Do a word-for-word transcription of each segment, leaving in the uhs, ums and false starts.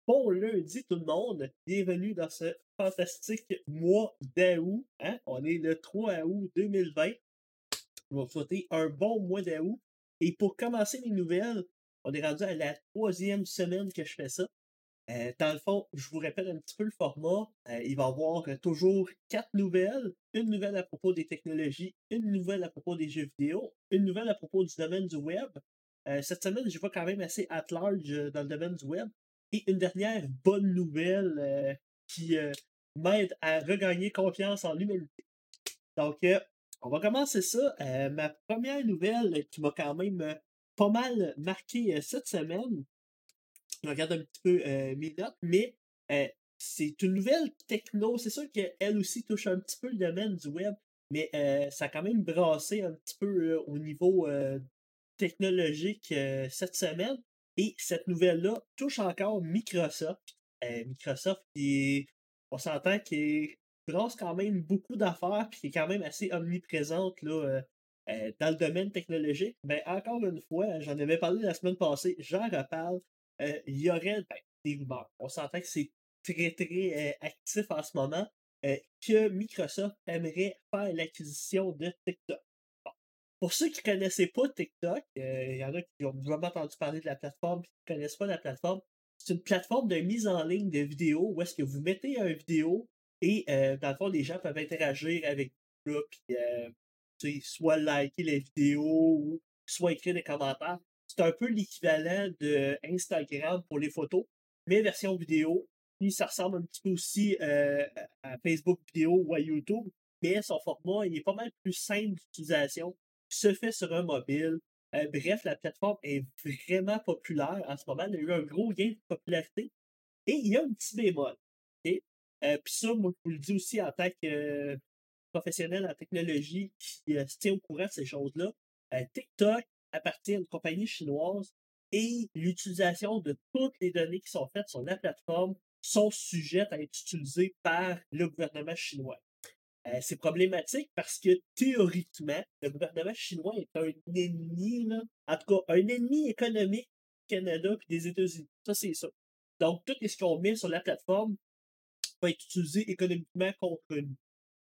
Bon lundi tout le monde, bienvenue dans ce fantastique mois d'août, hein? On est le trois août deux mille vingt. Je vais vous souhaiter un bon mois d'août. Et pour commencer les nouvelles, on est rendu à la troisième semaine que je fais ça. Euh, dans le fond, je vous répète un petit peu le format. Euh, il va y avoir euh, toujours quatre nouvelles. Une nouvelle à propos des technologies, une nouvelle à propos des jeux vidéo, une nouvelle à propos du domaine du web. Euh, cette semaine, je vais quand même assez at large euh, dans le domaine du web. Et une dernière bonne nouvelle euh, qui euh, m'aide à regagner confiance en l'humanité. Donc, euh, on va commencer ça. Euh, ma première nouvelle euh, qui m'a quand même euh, pas mal marqué euh, cette semaine, je regarde un petit peu euh, mes notes, mais euh, c'est une nouvelle techno. C'est sûr qu'elle aussi touche un petit peu le domaine du web, mais euh, ça a quand même brassé un petit peu euh, au niveau euh, technologique euh, cette semaine. Et cette nouvelle-là touche encore Microsoft. Euh, Microsoft qui est, on s'entend, qui brasse quand même beaucoup d'affaires, puis qui est quand même assez omniprésente là, euh, euh, dans le domaine technologique. Ben, encore une fois, j'en avais parlé la semaine passée, j'en reparle. Euh, il y aurait ben, des rumeurs. On s'entend que c'est très, très euh, actif en ce moment, euh, que Microsoft aimerait faire l'acquisition de TikTok. Bon. Pour ceux qui ne connaissaient pas TikTok, euh, il y en a qui ont vraiment entendu parler de la plateforme et qui ne connaissent pas la plateforme. C'est une plateforme de mise en ligne de vidéos où est-ce que vous mettez une vidéo et euh, dans le fond, les gens peuvent interagir avec vous, là, puis euh, soit liker les vidéos ou soit écrire des commentaires. C'est un peu l'équivalent de Instagram pour les photos, mais version vidéo. Puis ça ressemble un petit peu aussi euh, à Facebook vidéo ou à YouTube, mais son format il est pas mal plus simple d'utilisation, se fait sur un mobile. Euh, bref, la plateforme est vraiment populaire en ce moment. Elle a eu un gros gain de popularité. Et il y a un petit bémol. Okay? Euh, Puis ça, moi, je vous le dis aussi en tant que euh, professionnel en technologie qui euh, se tient au courant de ces choses-là. Euh, TikTok appartient à une compagnie chinoise et l'utilisation de toutes les données qui sont faites sur la plateforme sont sujettes à être utilisées par le gouvernement chinois. Euh, c'est problématique parce que théoriquement, le gouvernement chinois est un ennemi, là, en tout cas, un ennemi économique du Canada et des États-Unis. Ça, c'est ça. Donc, tout ce qu'on met sur la plateforme va être utilisé économiquement contre nous.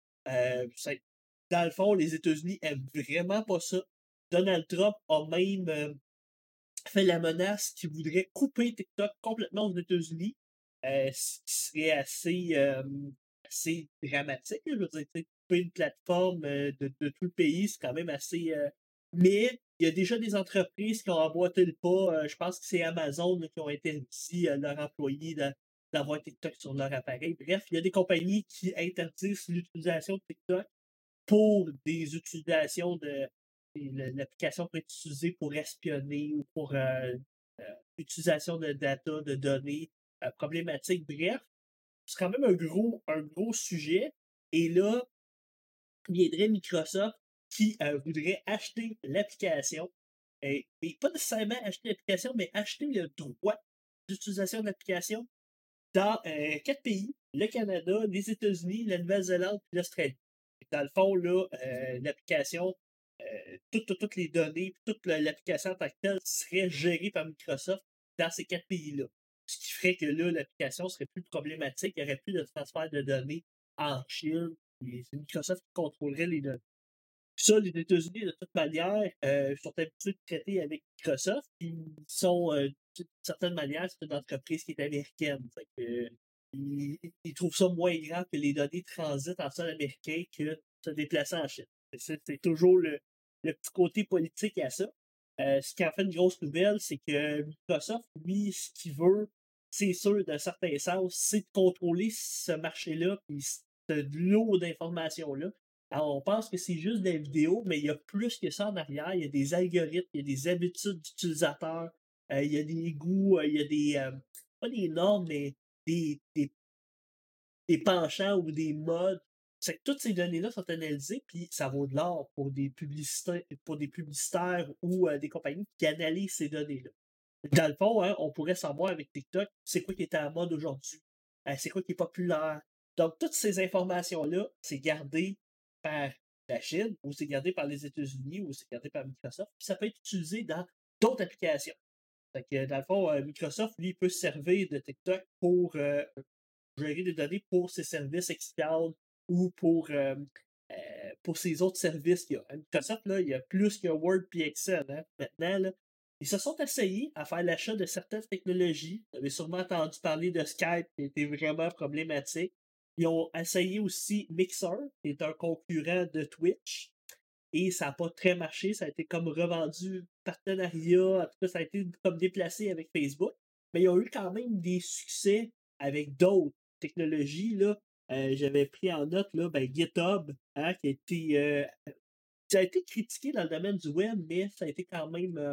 Euh, dans le fond, les États-Unis aiment vraiment pas ça. Donald Trump a même euh, fait la menace qu'il voudrait couper TikTok complètement aux États-Unis, euh, ce qui serait assez, euh, assez dramatique. Je veux dire, couper une plateforme euh, de, de tout le pays, c'est quand même assez. Euh... Mais il y a déjà des entreprises qui ont emboîté le pas. Euh, je pense que c'est Amazon là, qui ont interdit à leurs employés de, d'avoir TikTok sur leur appareil. Bref, il y a des compagnies qui interdisent l'utilisation de TikTok pour des utilisations de l'application peut être utilisée pour espionner ou pour euh, euh, utilisation de data, de données euh, problématiques. Bref, c'est quand même un gros, un gros sujet. Et là, viendrait Microsoft qui euh, voudrait acheter l'application. Et, et pas nécessairement acheter l'application, mais acheter le droit d'utilisation de l'application dans euh, quatre pays, le Canada, les États-Unis, la Nouvelle-Zélande et l'Australie. Dans le fond, là, euh, l'application, euh, toutes, toutes, toutes les données, toute l'application en tant que telle serait gérée par Microsoft dans ces quatre pays-là. Ce qui ferait que là, l'application serait plus problématique, il n'y aurait plus de transfert de données en Chine. C'est Microsoft qui contrôlerait les données. Puis ça, les États-Unis, de toute manière, euh, sont habitués de traiter avec Microsoft. Ils sont, euh, d'une certaine manière, c'est une entreprise qui est américaine. Fait que, euh, ils, ils trouvent ça moins grave que les données transitent en sol américain que se déplacer en Chine. C'est, c'est toujours le, le petit côté politique à ça. Euh, ce qui en fait une grosse nouvelle, c'est que Microsoft, lui, ce qu'il veut, c'est sûr, d'un certain sens, c'est de contrôler ce marché-là, puis ce lot d'informations-là. Alors, on pense que c'est juste des vidéos, mais il y a plus que ça en arrière. Il y a des algorithmes, il y a des habitudes d'utilisateurs, euh, il y a des goûts, euh, il y a des, euh, pas des normes, mais des, des, des penchants ou des modes. C'est que toutes ces données-là sont analysées, puis ça vaut de l'or pour des publicitaires, pour des publicitaires ou euh, des compagnies qui analysent ces données-là. Dans le fond, hein, on pourrait savoir avec TikTok c'est quoi qui est à la mode aujourd'hui, euh, c'est quoi qui est populaire. Donc, toutes ces informations-là, c'est gardé par la Chine, ou c'est gardé par les États-Unis, ou c'est gardé par Microsoft, puis ça peut être utilisé dans d'autres applications. Fait que, dans le fond, euh, Microsoft, lui, il peut se servir de TikTok pour euh, gérer des données pour ses services xCloud ou pour, euh, euh, pour ses autres services. Il y a, Microsoft, là, il y a plus que Word et Excel. Hein, maintenant, là. Ils se sont essayés à faire l'achat de certaines technologies. Vous avez sûrement entendu parler de Skype, qui était vraiment problématique. Ils ont essayé aussi Mixer, qui est un concurrent de Twitch. Et ça n'a pas très marché. Ça a été comme revendu partenariat. En tout cas, ça a été comme déplacé avec Facebook. Mais ils ont eu quand même des succès avec d'autres technologies. Là. Euh, j'avais pris en note là, ben, GitHub, hein, qui a été, euh, ça a été critiqué dans le domaine du web, mais ça a été quand même euh,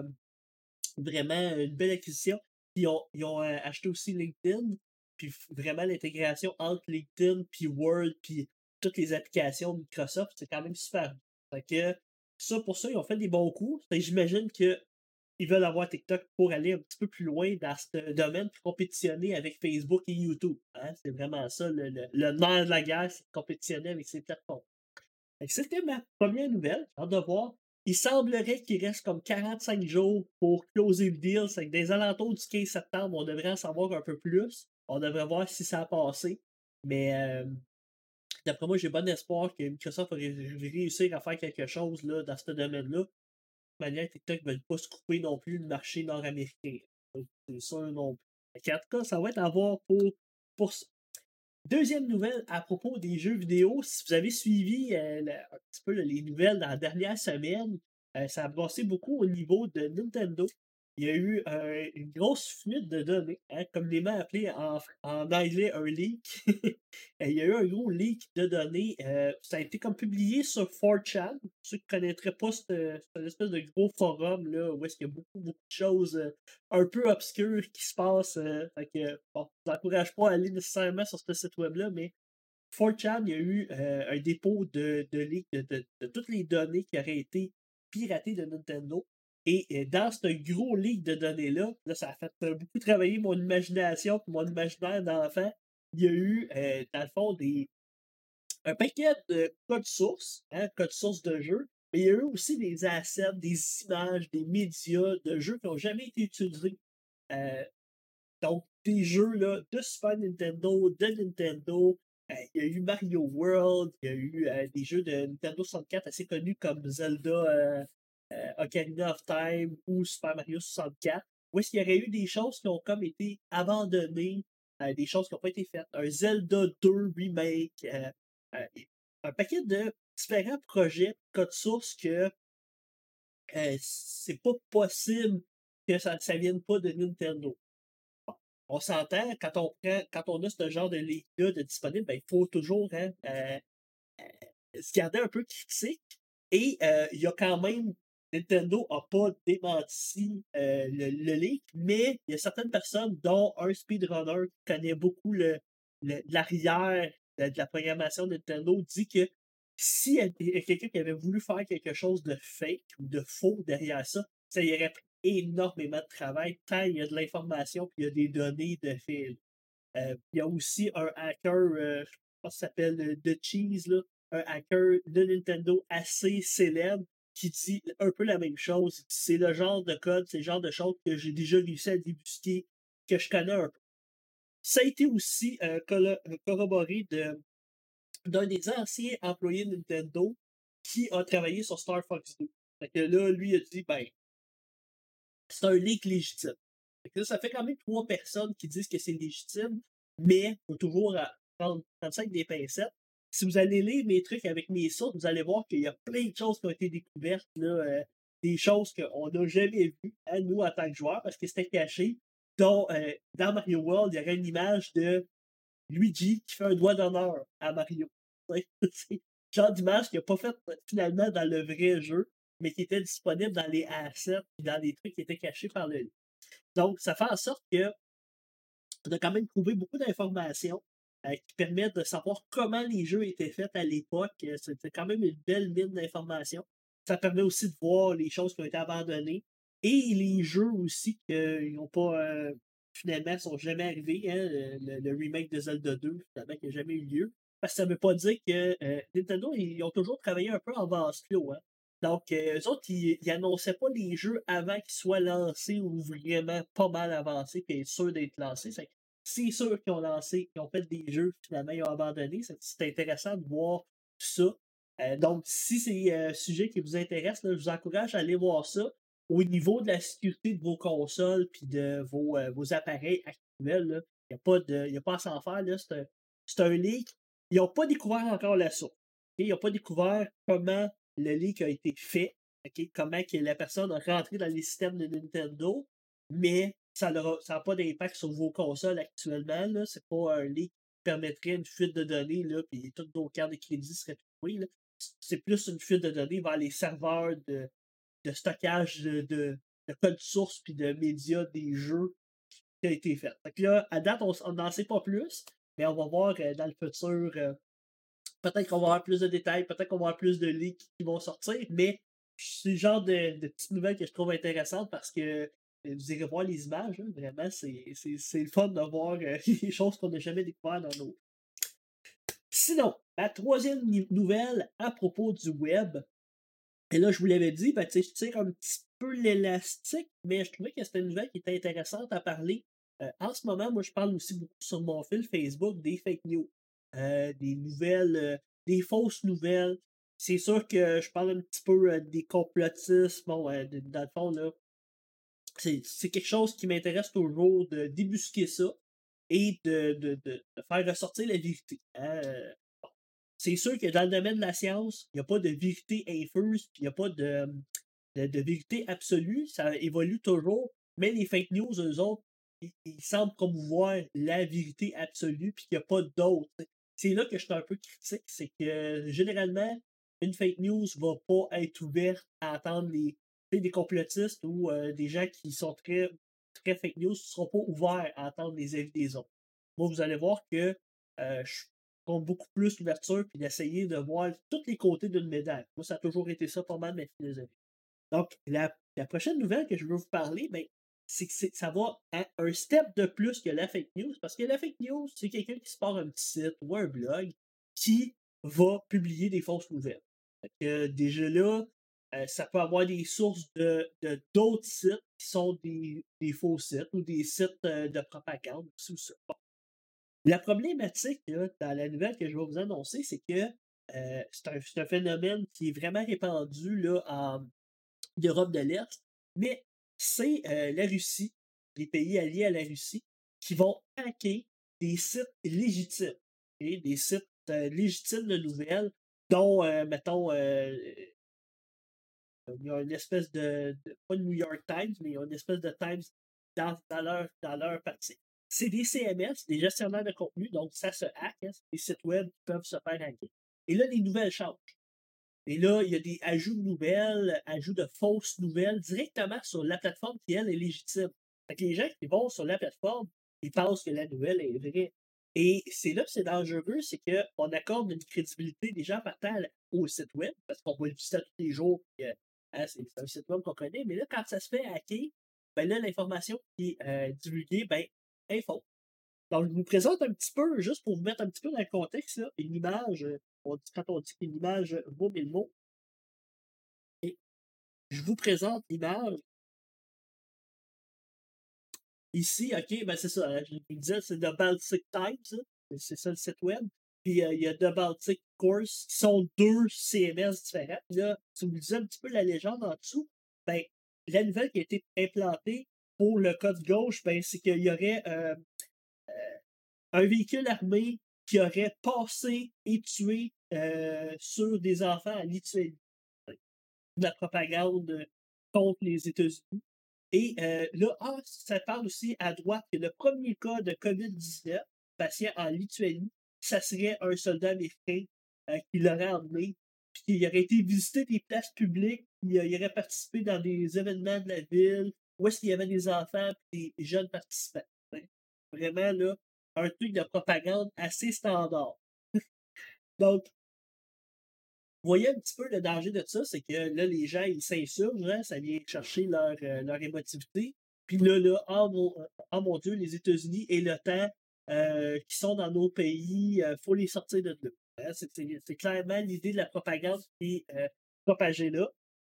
vraiment une belle acquisition. Puis ils ont, ils ont euh, acheté aussi LinkedIn. Puis vraiment l'intégration entre LinkedIn, puis Word, puis toutes les applications de Microsoft, c'est quand même super. Fait que ça, pour ça, ils ont fait des bons coups. Fait que j'imagine qu'ils veulent avoir TikTok pour aller un petit peu plus loin dans ce domaine, puis compétitionner avec Facebook et YouTube. Hein? C'est vraiment ça, le, le, le nerf de la guerre, c'est de compétitionner avec ces plateformes. C'était ma première nouvelle. J'ai hâte de voir. Il semblerait qu'il reste comme quarante-cinq jours pour closer le deal. C'est que des alentours du quinze septembre, on devrait en savoir un peu plus. On devrait voir si ça a passé. Mais euh, d'après moi, j'ai bon espoir que Microsoft va réussir à faire quelque chose là, dans ce domaine-là. De manière, TikTok ne veut pas se couper non plus le marché nord-américain. C'est sûr non plus. En tout cas, ça va être à voir pour, pour Deuxième nouvelle à propos des jeux vidéo. Si vous avez suivi euh, le- un petit peu là, les nouvelles dans la dernière semaine, euh, ça a brassé beaucoup au niveau de Nintendo. Il y a eu euh, une grosse fuite de données, hein, communément appelé en, en anglais un leak. Il y a eu un gros leak de données. Euh, ça a été comme publié sur four chan. Pour ceux qui ne connaîtraient pas, c'est euh, c'est un espèce de gros forum là, où est-ce qu'il y a beaucoup, beaucoup de choses euh, un peu obscures qui se passent. Euh, fait que, bon, je vous encourage pas à aller nécessairement sur ce site web-là, mais four chan, il y a eu euh, un dépôt de, de leak de, de, de toutes les données qui auraient été piratées de Nintendo. Et euh, dans ce gros leak de données-là, là, ça a fait euh, beaucoup travailler mon imagination et mon imaginaire d'enfant. Il y a eu, euh, dans le fond, des, un paquet de codes sources, hein, codes sources de jeux, mais il y a eu aussi des assets, des images, des médias de jeux qui n'ont jamais été utilisés. Euh, donc, des jeux là, de Super Nintendo, de Nintendo. Euh, il y a eu Mario World, il y a eu euh, des jeux de Nintendo soixante-quatre assez connus comme Zelda euh, euh, Ocarina of Time ou Super Mario soixante-quatre. Où est-ce qu'il y aurait eu des choses qui ont comme été abandonnées, euh, des choses qui n'ont pas été faites. Un Zelda deux remake, euh, euh, un paquet de différents projets, codes sources que euh, c'est pas possible que ça ne vienne pas de Nintendo. On s'entend, quand on prend, quand on a ce genre de leak-là de disponible, ben, il faut toujours hein, euh, euh, se garder un peu critique. Et euh, il y a quand même, Nintendo n'a pas démenti euh, le, le leak, mais il y a certaines personnes, dont un speedrunner qui connaît beaucoup le, le- l'arrière de, de la programmation de Nintendo, dit que si il y a quelqu'un qui avait voulu faire quelque chose de fake ou de faux derrière ça, ça y aurait pris énormément de travail, tant il y a de l'information puis il y a des données de fil. Euh, il y a aussi un hacker, euh, je pense que ça s'appelle euh, The Cheese, là, un hacker de Nintendo assez célèbre qui dit un peu la même chose. C'est le genre de code, c'est le genre de choses que j'ai déjà réussi à débusquer, que je connais un peu. Ça a été aussi euh, corroboré de, d'un des anciens employés de Nintendo qui a travaillé sur Star Fox deux. Fait que là, lui, il a dit, ben, c'est un leak légitime. Fait que là, ça fait quand même trois personnes qui disent que c'est légitime, mais il faut toujours prendre, prendre ça avec des pincettes. Si vous allez lire mes trucs avec mes sources, vous allez voir qu'il y a plein de choses qui ont été découvertes, là, euh, des choses qu'on n'a jamais vues, hein, nous, en tant que joueurs, parce que c'était caché. Dont, euh, dans Mario World, il y aurait une image de Luigi qui fait un doigt d'honneur à Mario. C'est le genre d'image qu'il n'a pas fait finalement dans le vrai jeu, mais qui était disponible dans les assets et dans les trucs qui étaient cachés par le. Donc, ça fait en sorte que on a quand même trouvé beaucoup d'informations euh, qui permettent de savoir comment les jeux étaient faits à l'époque. Euh, C'était quand même une belle mine d'informations. Ça permet aussi de voir les choses qui ont été abandonnées et les jeux aussi qui n'ont pas euh, finalement sont jamais arrivés. Hein, le, le remake de Zelda deux, finalement, qui n'a jamais eu lieu. Parce que ça ne veut pas dire que euh, Nintendo, ils ont toujours travaillé un peu en vase clos. Hein. Donc, euh, eux autres, ils, ils annonçaient pas les jeux avant qu'ils soient lancés ou vraiment pas mal avancés, puis être sûrs d'être lancés. C'est c'est sûr qu'ils ont lancé, qu'ils ont fait des jeux, finalement, ils ont abandonné. C'est c'est intéressant de voir ça. Euh, donc, si c'est un sujet qui vous intéresse, là, je vous encourage à aller voir ça. Au niveau de la sécurité de vos consoles puis de vos, euh, vos appareils actuels, il n'y a, pas de- y a pas à s'en faire. là. C'est un, c'est un leak. Ils n'ont pas découvert encore la source. ok? Ils n'ont pas découvert comment le leak a été fait, ok? Comment que la personne a rentré dans les systèmes de Nintendo, mais ça n'a pas d'impact sur vos consoles actuellement. Là. C'est pas un leak qui permettrait une fuite de données, là, puis toutes vos cartes de crédit seraient trouvées. Là. C'est plus une fuite de données vers les serveurs de, de stockage de, de, de code source puis de médias des jeux qui a été fait. Fait que là, à date, on n'en sait pas plus, mais on va voir euh, dans le futur. euh, peut-être qu'on va avoir plus de détails, peut-être qu'on va avoir plus de leaks qui vont sortir, mais c'est le genre de, de petites nouvelles que je trouve intéressantes parce que euh, vous irez voir les images, hein, vraiment, c'est, c'est, c'est le fun de voir euh, les choses qu'on n'a jamais découvertes dans nos. Sinon, la troisième ni- nouvelle à propos du web, et là, je vous l'avais dit, ben, tu sais, je tire un petit peu l'élastique, mais je trouvais que c'était une nouvelle qui était intéressante à parler. Euh, en ce moment, moi, je parle aussi beaucoup sur mon fil Facebook des fake news, euh, des nouvelles, euh, des fausses nouvelles. C'est sûr que je parle un petit peu euh, des complotistes. Bon, euh, de- dans le fond, là, c'est c'est quelque chose qui m'intéresse toujours de débusquer ça et de, de, de- de faire ressortir la vérité. hein. Euh, C'est sûr que dans le domaine de la science, il n'y a pas de vérité infuse, puis il n'y a pas de, de, de vérité absolue, ça évolue toujours, mais les fake news, eux autres, ils, ils semblent promouvoir la vérité absolue, puis qu'il n'y a pas d'autre. C'est là que je suis un peu critique, c'est que généralement, une fake news va pas être ouverte à entendre les, tu sais, des complotistes ou euh, des gens qui sont très, très fake news ne seront pas ouverts à entendre les avis des autres. Moi, vous allez voir que euh, je compte beaucoup plus l'ouverture puis d'essayer de voir tous les côtés d'une médaille. Moi, ça a toujours été ça pas mal ma philosophie. Donc, la, la prochaine nouvelle que je veux vous parler, ben, c'est que c'est- ça va à un step de plus que la fake news, parce que la fake news, c'est quelqu'un qui se part un petit site ou un blog qui va publier des fausses nouvelles. Fait que, déjà là, euh, ça peut avoir des sources de de- d'autres sites qui sont des, des faux sites ou des sites euh, de propagande. Tout ça. Bon. La problématique là, dans la nouvelle que je vais vous annoncer, c'est que euh, c'est un, c'est un phénomène qui est vraiment répandu là, en d'Europe de l'Est, mais c'est euh, la Russie, les pays alliés à la Russie, qui vont hacker des sites légitimes, ok? Des sites euh, légitimes de nouvelles, dont, euh, mettons, euh, il y a une espèce de, de- pas de New York Times, mais il y a une espèce de Times dans, dans leur, dans leur partie. C'est des C M S, des gestionnaires de contenu, donc ça se hack, hein, c'est des sites web qui peuvent se faire hacker. Et là, les nouvelles changent. Et là, il y a des ajouts de nouvelles, ajouts de fausses nouvelles directement sur la plateforme qui, elle, est légitime. Fait que les gens qui vont sur la plateforme, ils pensent que la nouvelle est vraie. Et c'est là que c'est dangereux, c'est qu'on accorde une crédibilité déjà partant au site web, parce qu'on va le visiter tous les jours, puis, euh, hein, c'est c'est un site web qu'on connaît, mais là, quand ça se fait hacker, ben là, l'information qui est euh, divulguée, ben, est fausse. Donc, je vous présente un petit peu, juste pour vous mettre un petit peu dans le contexte, là, une image, euh, on dit, quand on dit qu'une image vaut mille mots, et je vous présente l'image ici, ok, ben c'est ça, hein, je vous disais, c'est The Baltic Times, hein, c'est ça le site web. Puis euh, il y a The Baltic Course, qui sont deux C M S différents. Puis là, si vous lisez un petit peu la légende en dessous, ben, la nouvelle qui a été implantée pour le code gauche, ben, c'est qu'il y aurait euh, un véhicule armé qui aurait passé et tué euh, sur des enfants en Lituanie. De la propagande contre les États-Unis. Et euh, là, ah, ça parle aussi à droite que le premier cas de covid dix-neuf, patient en Lituanie, ça serait un soldat américain euh, qui l'aurait emmené, puis qui aurait été visiter des places publiques, puis euh, il aurait participé dans des événements de la ville, où est-ce qu'il y avait des enfants et des jeunes participants. Hein. Vraiment, là, un truc de propagande assez standard. Donc, vous voyez un petit peu le danger de ça, c'est que là, les gens, ils s'insurgent, hein, ça vient chercher leur, euh, leur émotivité. Puis là, là, oh mon, oh mon Dieu, les États-Unis et l'OTAN euh, qui sont dans nos pays, il faut les sortir de là. Hein, c'est, c'est- c'est clairement l'idée de la propagande qui est euh, propagée là.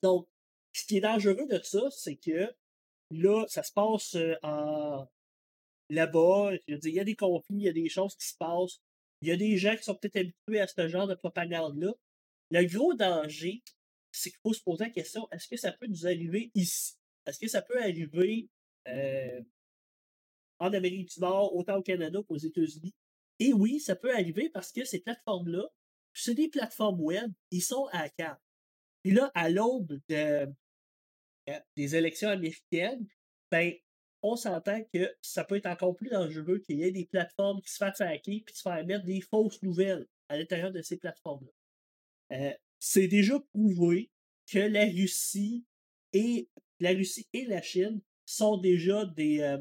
Donc, ce qui est dangereux de ça, c'est que là, ça se passe euh, en là-bas. Je veux dire, il y a des conflits, il y a des choses qui se passent. Il y a des gens qui sont peut-être habitués à ce genre de propagande-là. Le gros danger, c'est qu'il faut se poser la question, est-ce que ça peut nous arriver ici? Est-ce que ça peut arriver euh, en Amérique du Nord, autant au Canada qu'aux États-Unis? Et oui, ça peut arriver parce que ces plateformes-là, c'est des plateformes web, ils sont à carte. Puis là, à l'aube de, euh, des élections américaines, ben, on s'entend que ça peut être encore plus dangereux qu'il y ait des plateformes qui se fassent hacker puis se faire mettre des fausses nouvelles à l'intérieur de ces plateformes-là. Euh, c'est déjà prouvé que la Russie et la Russie et la Chine sont déjà des, euh,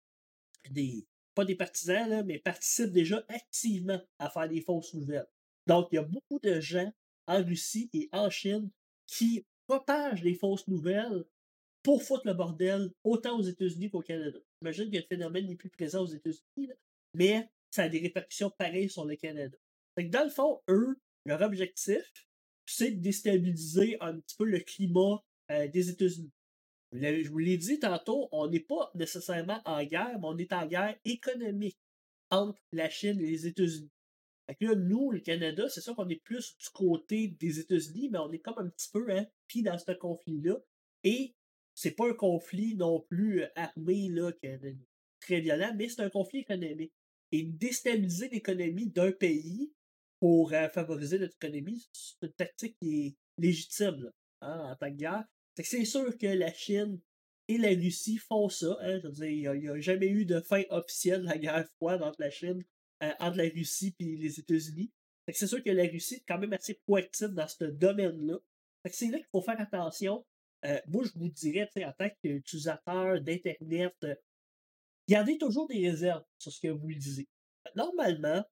des pas des partisans, là, mais participent déjà activement à faire des fausses nouvelles. Donc, il y a beaucoup de gens en Russie et en Chine qui propagent des fausses nouvelles pour foutre le bordel autant aux États-Unis qu'au Canada. J'imagine que le phénomène n'est plus présent aux États-Unis, là, mais ça a des répercussions pareilles sur le Canada. Fait que dans le fond, eux, leur objectif, c'est de déstabiliser un petit peu le climat euh, des États-Unis. Je vous l'ai dit tantôt, on n'est pas nécessairement en guerre, mais on est en guerre économique entre la Chine et les États-Unis. Fait que là, nous, le Canada, c'est sûr qu'on est plus du côté des États-Unis, mais on est comme un petit peu hein, pris dans ce conflit-là. Et c'est pas un conflit non plus euh, armé, là, que- très violent, mais c'est un conflit économique. Et déstabiliser l'économie d'un pays pour euh, favoriser notre économie, c'est une tactique qui est légitime là, hein, en tant que guerre. Fait que c'est sûr que la Chine et la Russie font ça. Hein, je veux dire, il n'y a, a, jamais eu de fin officielle de la guerre froide entre la Chine euh, entre la Russie et les États-Unis. C'est sûr que la Russie est quand même assez proactive dans ce domaine-là. C'est là qu'il faut faire attention. Euh, moi, je vous dirais, en tant qu'utilisateur d'Internet, euh, gardez toujours des réserves sur ce que vous lisez. Normalement,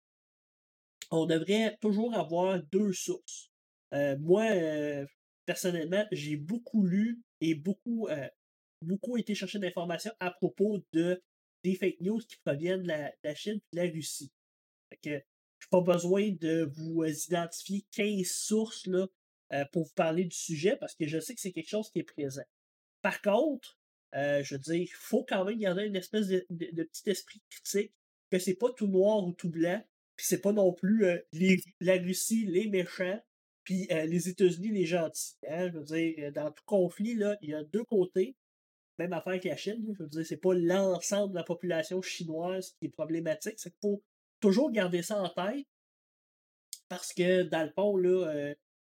on devrait toujours avoir deux sources. Euh, moi, euh, personnellement, j'ai beaucoup lu et beaucoup, euh, beaucoup été chercher d'informations à propos de des fake news qui proviennent de la, de la Chine et de la Russie. Fait que, je n'ai pas besoin de vous euh, identifier quinze sources là, euh, pour vous parler du sujet parce que je sais que c'est quelque chose qui est présent. Par contre, euh, je veux dire, il faut quand même garder une espèce de, de- de petit esprit critique, que c'est pas tout noir ou tout blanc, puis c'est pas non plus euh, les- la Russie, les méchants, puis euh, les États-Unis, les gentils. Hein. Je veux dire, euh, dans tout conflit, là, il y a deux côtés. Même affaire avec la Chine, là, je veux dire, c'est pas l'ensemble de la population chinoise qui est problématique. C'est qu'il faut toujours garder ça en tête parce que dans le fond, là, euh,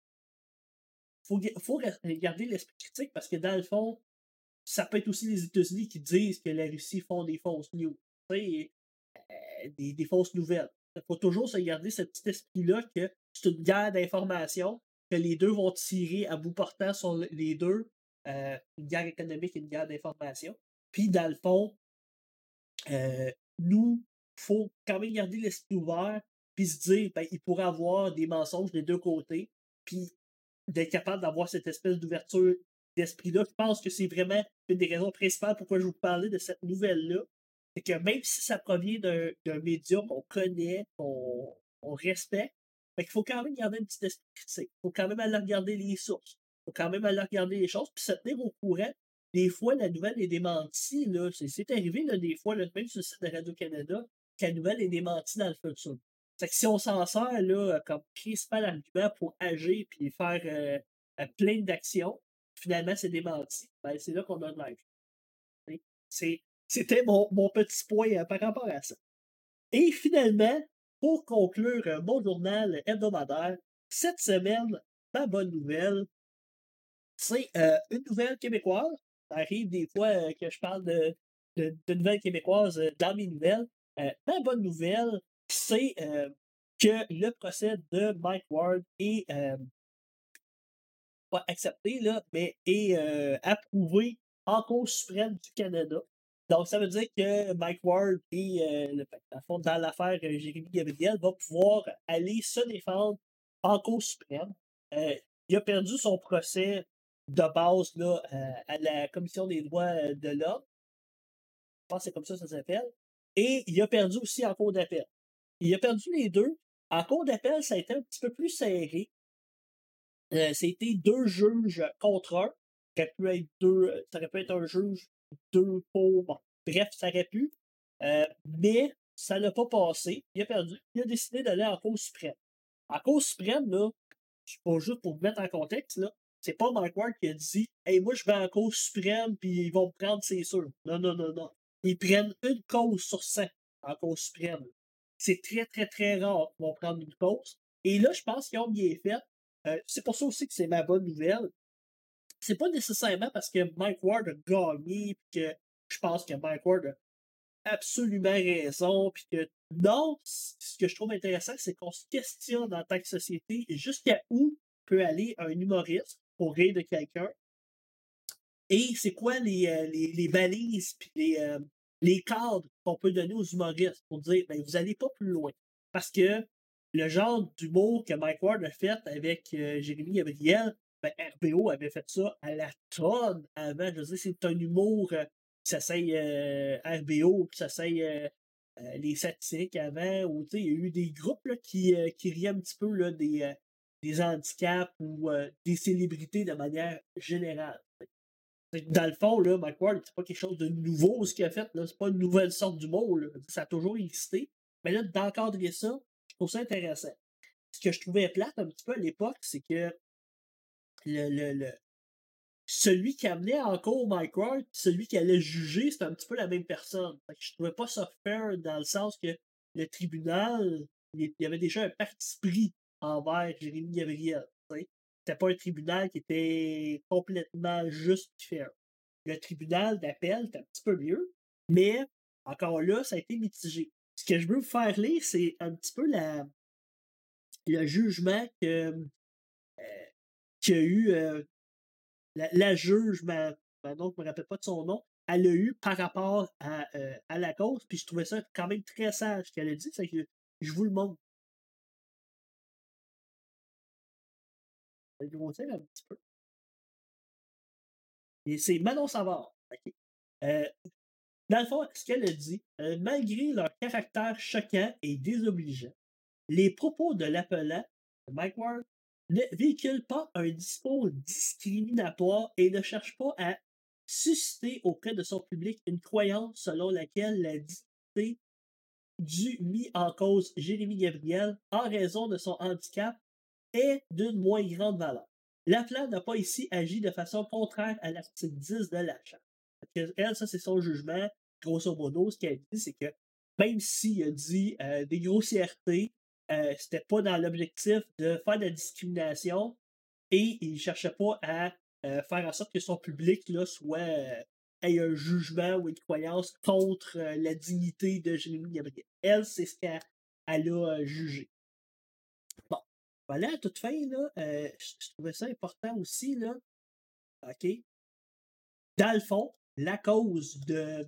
faut, faut garder l'esprit critique parce que dans le fond, ça peut être aussi les États-Unis qui disent que la Russie font des fausses news, euh, des, des fausses nouvelles. Il faut toujours se garder ce petit esprit-là que c'est une guerre d'information, que les deux vont tirer à bout portant sur les deux, euh, une guerre économique et une guerre d'information. Puis dans le fond, euh, nous, il faut quand même garder l'esprit ouvert, puis se dire, ben, il pourrait y avoir des mensonges des deux côtés, puis d'être capable d'avoir cette espèce d'ouverture d'esprit-là. Je pense que c'est vraiment une des raisons principales pourquoi je vous parlais de cette nouvelle-là. C'est que même si ça provient d'un, d'un média qu'on connaît, qu'on, qu'on respecte, il faut quand même garder un petit esprit critique. Il faut quand même aller regarder les sources. Il faut quand même aller regarder les choses, puis se tenir au courant. Des fois, la nouvelle est démentie. Là. C'est, c'est arrivé, là, des fois, là, même sur le site de Radio-Canada, que la nouvelle est démentie dans le futur. Fait que si on s'en sert là, comme principal argument pour agir et faire euh, euh, plein d'actions, finalement c'est démenti, ben, c'est là qu'on a de l'argent. C'est, c'était mon, mon petit point euh, par rapport à ça. Et finalement, pour conclure euh, mon journal hebdomadaire, cette semaine, ma bonne nouvelle, c'est euh, une nouvelle québécoise. Ça arrive des fois euh, que je parle de, de, de nouvelles québécoises euh, dans mes nouvelles. Euh, ma bonne nouvelle, c'est euh, que le procès de Mike Ward est euh, pas accepté, là, mais est euh, approuvé en Cour suprême du Canada. Donc, ça veut dire que Mike Ward et, euh, le, dans, le fond, dans l'affaire euh, Jérémy Gabriel, va pouvoir aller se défendre en Cour suprême. Euh, il a perdu son procès de base là, euh, à la Commission des droits euh, de l'homme. Je pense que c'est comme ça que ça s'appelle. Et il a perdu aussi en Cour d'appel. Il a perdu les deux. En Cour d'appel, ça a été un petit peu plus serré. Euh, c'était deux juges contre un. Ça aurait pu être deux, ça aurait pu être un juge, deux pour. Bon, bref, ça aurait pu. Euh, mais ça n'a pas passé. Il a perdu. Il a décidé d'aller en Cour suprême. En Cour suprême, là, c'est pas juste pour vous mettre en contexte, là, c'est pas Mike Ward qui a dit Hey, moi, je vais en Cour suprême, puis ils vont me prendre, c'est sûr. Non, non, non, non. Ils prennent une cause sur cent en Cour suprême. C'est très, très, très rare qu'ils vont prendre une cause. Et là, je pense qu'ils ont bien fait. Euh, c'est pour ça aussi que c'est ma bonne nouvelle. C'est pas nécessairement parce que Mike Ward a gagné, puis que je pense que Mike Ward a absolument raison, puis que non, ce que je trouve intéressant, c'est qu'on se questionne en tant que société jusqu'à où peut aller un humoriste pour rire de quelqu'un, et c'est quoi les, euh, les, les balises puis les, euh, les cadres qu'on peut donner aux humoristes pour dire ben, vous n'allez pas plus loin. Parce que le genre d'humour que Mike Ward a fait avec euh, Jérémy Gabriel, ben, R B O avait fait ça à la tonne avant. Je veux dire, c'est un humour euh, qui s'essaye euh, R B O, qui s'essaye euh, euh, les satiriques avant, où il y a eu des groupes là, qui, euh, qui riaient un petit peu là, des, euh, des handicaps ou euh, des célébrités de manière générale. Dans le fond, là, Mike Ward, c'est pas quelque chose de nouveau ce qu'il a fait. Là. C'est pas une nouvelle sorte d'humour. Là. Ça a toujours existé. Mais là, d'encadrer ça, je trouve ça intéressant. Ce que je trouvais plate un petit peu à l'époque, c'est que le, le, le, celui qui amenait en cours Mike Ward, celui qui allait juger, c'était un petit peu la même personne. Fait que je trouvais pas ça fair dans le sens que le tribunal, il y avait déjà un parti pris envers Jérémy Gabriel. C'était pas un tribunal qui était complètement juste fair. Le tribunal d'appel était un petit peu mieux, mais encore là, ça a été mitigé. Ce que je veux vous faire lire, c'est un petit peu la, le jugement que, euh, qu'il y a eu euh, la, la juge, ma, ma, donc, je me rappelle pas de son nom, elle a eu par rapport à, euh, à la cause, puis je trouvais ça quand même très sage ce qu'elle a dit, c'est que je vous le montre. Je vais vous dire un petit peu. Et c'est Manon Savard. Okay. Euh, dans le fond, ce qu'elle a dit, euh, malgré leur caractère choquant et désobligeant, les propos de l'appelant, Mike Ward, ne véhiculent pas un discours discriminatoire et ne cherchent pas à susciter auprès de son public une croyance selon laquelle la dignité du mis en cause Jérémy Gabriel, en raison de son handicap, est d'une moins grande valeur. L'appelant n'a pas ici agi de façon contraire à l'article dix de la Charte. Elle, ça, c'est son jugement. Grosso modo, ce qu'elle dit, c'est que même s'il a dit euh, des grossièretés, euh, c'était pas dans l'objectif de faire de la discrimination et il cherchait pas à euh, faire en sorte que son public là, soit euh, ait un jugement ou une croyance contre euh, la dignité de Jérémy Gabriel. Elle, c'est ce qu'elle a euh, jugé. Bon, voilà, à toute fin, là, euh, je trouvais ça important aussi, là. OK? Dans le fond, la cause de,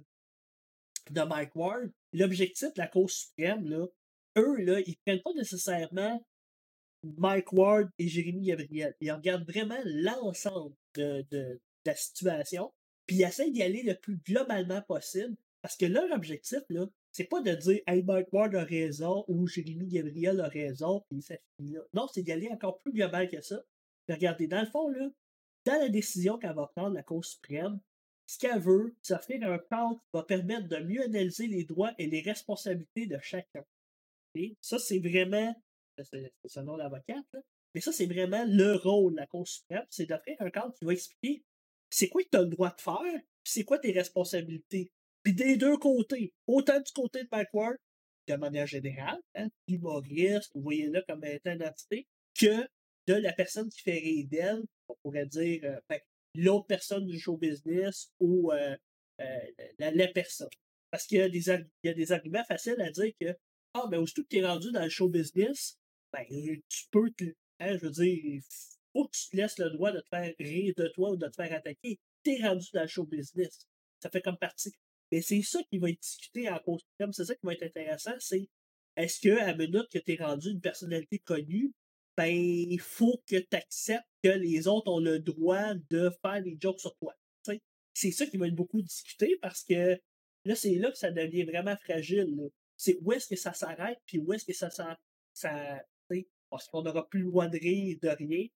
de Mike Ward, l'objectif de la Cour suprême, là, eux, là, ils prennent pas nécessairement Mike Ward et Jérémy Gabriel. Ils regardent vraiment l'ensemble de, de, de la situation, puis ils essaient d'y aller le plus globalement possible, parce que leur objectif, là, c'est pas de dire Hey, Mike Ward a raison ou Jérémy Gabriel a raison, puis ça finit là. Non, c'est d'y aller encore plus global que ça. De regarder, dans le fond, là, dans la décision qu'elle va prendre, la Cour suprême, ce qu'elle veut, c'est offrir un cadre qui va permettre de mieux analyser les droits et les responsabilités de chacun. Et ça, c'est vraiment, c'est son nom d'avocate, mais ça, c'est vraiment le rôle de la Cour suprême, c'est d'offrir un cadre qui va expliquer c'est quoi que tu as le droit de faire, puis c'est quoi tes responsabilités. Puis des deux côtés, autant du côté de Mike Ward, de manière générale, hein, humoriste, vous voyez là comme étant une entité, que de la personne qui fait rire d'elle, on pourrait dire euh, ben, l'autre personne du show business ou euh, euh, la, la personne. Parce qu'il y a des, il y a des arguments faciles à dire que ah, ben, aussitôt que tu es rendu dans le show business, ben, tu peux te. Hein, je veux dire, il faut que tu te laisses le droit de te faire rire de toi ou de te faire attaquer. Tu es rendu dans le show business. Ça fait comme partie. Mais c'est ça qui va être discuté en cause suprême. C'est ça qui va être intéressant. C'est est-ce qu'à la minute que tu es rendu une personnalité connue, ben, il faut que tu acceptes que les autres ont le droit de faire des jokes sur toi. T'sais? C'est ça qui va être beaucoup discuté parce que là, c'est là que ça devient vraiment fragile. Là. C'est où est-ce que ça s'arrête, puis où est-ce que ça s'en. Ça, parce qu'on n'aura plus le droit de rire de rien.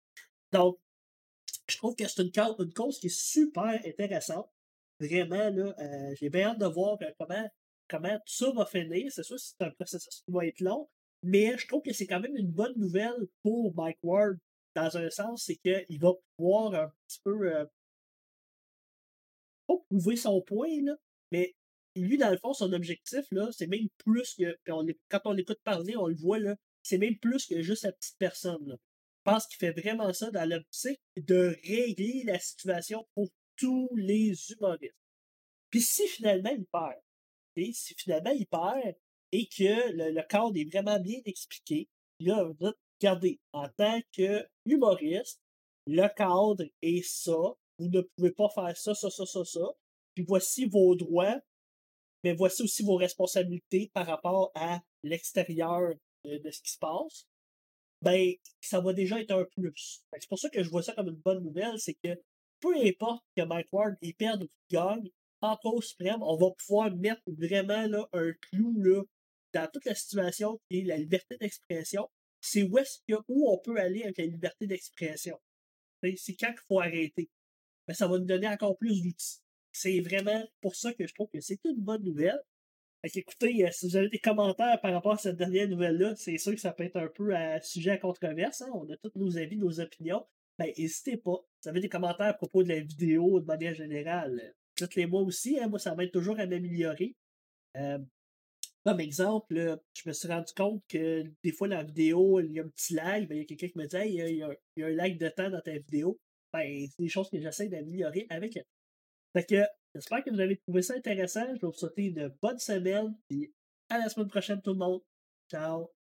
Donc, je trouve que c'est une, cau- une cause qui est super intéressante. Vraiment, là, euh, j'ai bien hâte de voir euh, comment, comment tout ça va finir. C'est sûr que c'est un processus qui va être long, mais je trouve que c'est quand même une bonne nouvelle pour Mike Ward, dans un sens, c'est qu'il va pouvoir un petit peu, euh, pas prouver son point, là, mais lui, dans le fond, son objectif, là, c'est même plus que, puis on, l'é- quand on l'écoute parler, on le voit, là, c'est même plus que juste la petite personne, là. Je pense qu'il fait vraiment ça dans l'optique de régler la situation pour tous les humoristes. Puis si finalement il perd, et si finalement il perd et que le, le cadre est vraiment bien expliqué, là, vous dites, regardez, en tant que humoriste, le cadre est ça, vous ne pouvez pas faire ça, ça, ça, ça, ça, puis voici vos droits, mais voici aussi vos responsabilités par rapport à l'extérieur de, de ce qui se passe, ben, ça va déjà être un plus. Fait que C'est pour ça que je vois ça comme une bonne nouvelle, c'est que peu importe que Mike Ward il perde ou qu'il gagne, en cause suprême, on va pouvoir mettre vraiment là, un clou là, dans toute la situation qui est la liberté d'expression. C'est où est-ce que où on peut aller avec la liberté d'expression. T'sais, C'est quand qu'il faut arrêter. Mais ça va nous donner encore plus d'outils. C'est vraiment pour ça que je trouve que c'est une bonne nouvelle. Fait qu'écoutez, euh, si vous avez des commentaires par rapport à cette dernière nouvelle-là, c'est sûr que ça peut être un peu à sujet à controverse. Hein? On a tous nos avis, nos opinions. Ben, n'hésitez pas. Si vous avez des commentaires à propos de la vidéo de manière générale, euh, dites-les moi aussi. Hein? Moi, ça m'aide toujours à m'améliorer. Euh, Comme exemple, là, je me suis rendu compte que des fois, la vidéo, il y a un petit lag. Ben, il y a quelqu'un qui me dit hey, il y a, il y a- il y a un lag de temps dans ta vidéo. Ben, c'est des choses que j'essaie d'améliorer avec elle. Fait que j'espère que vous avez trouvé ça intéressant. Je vais vous souhaiter une bonne semaine. Et à la semaine prochaine, tout le monde. Ciao!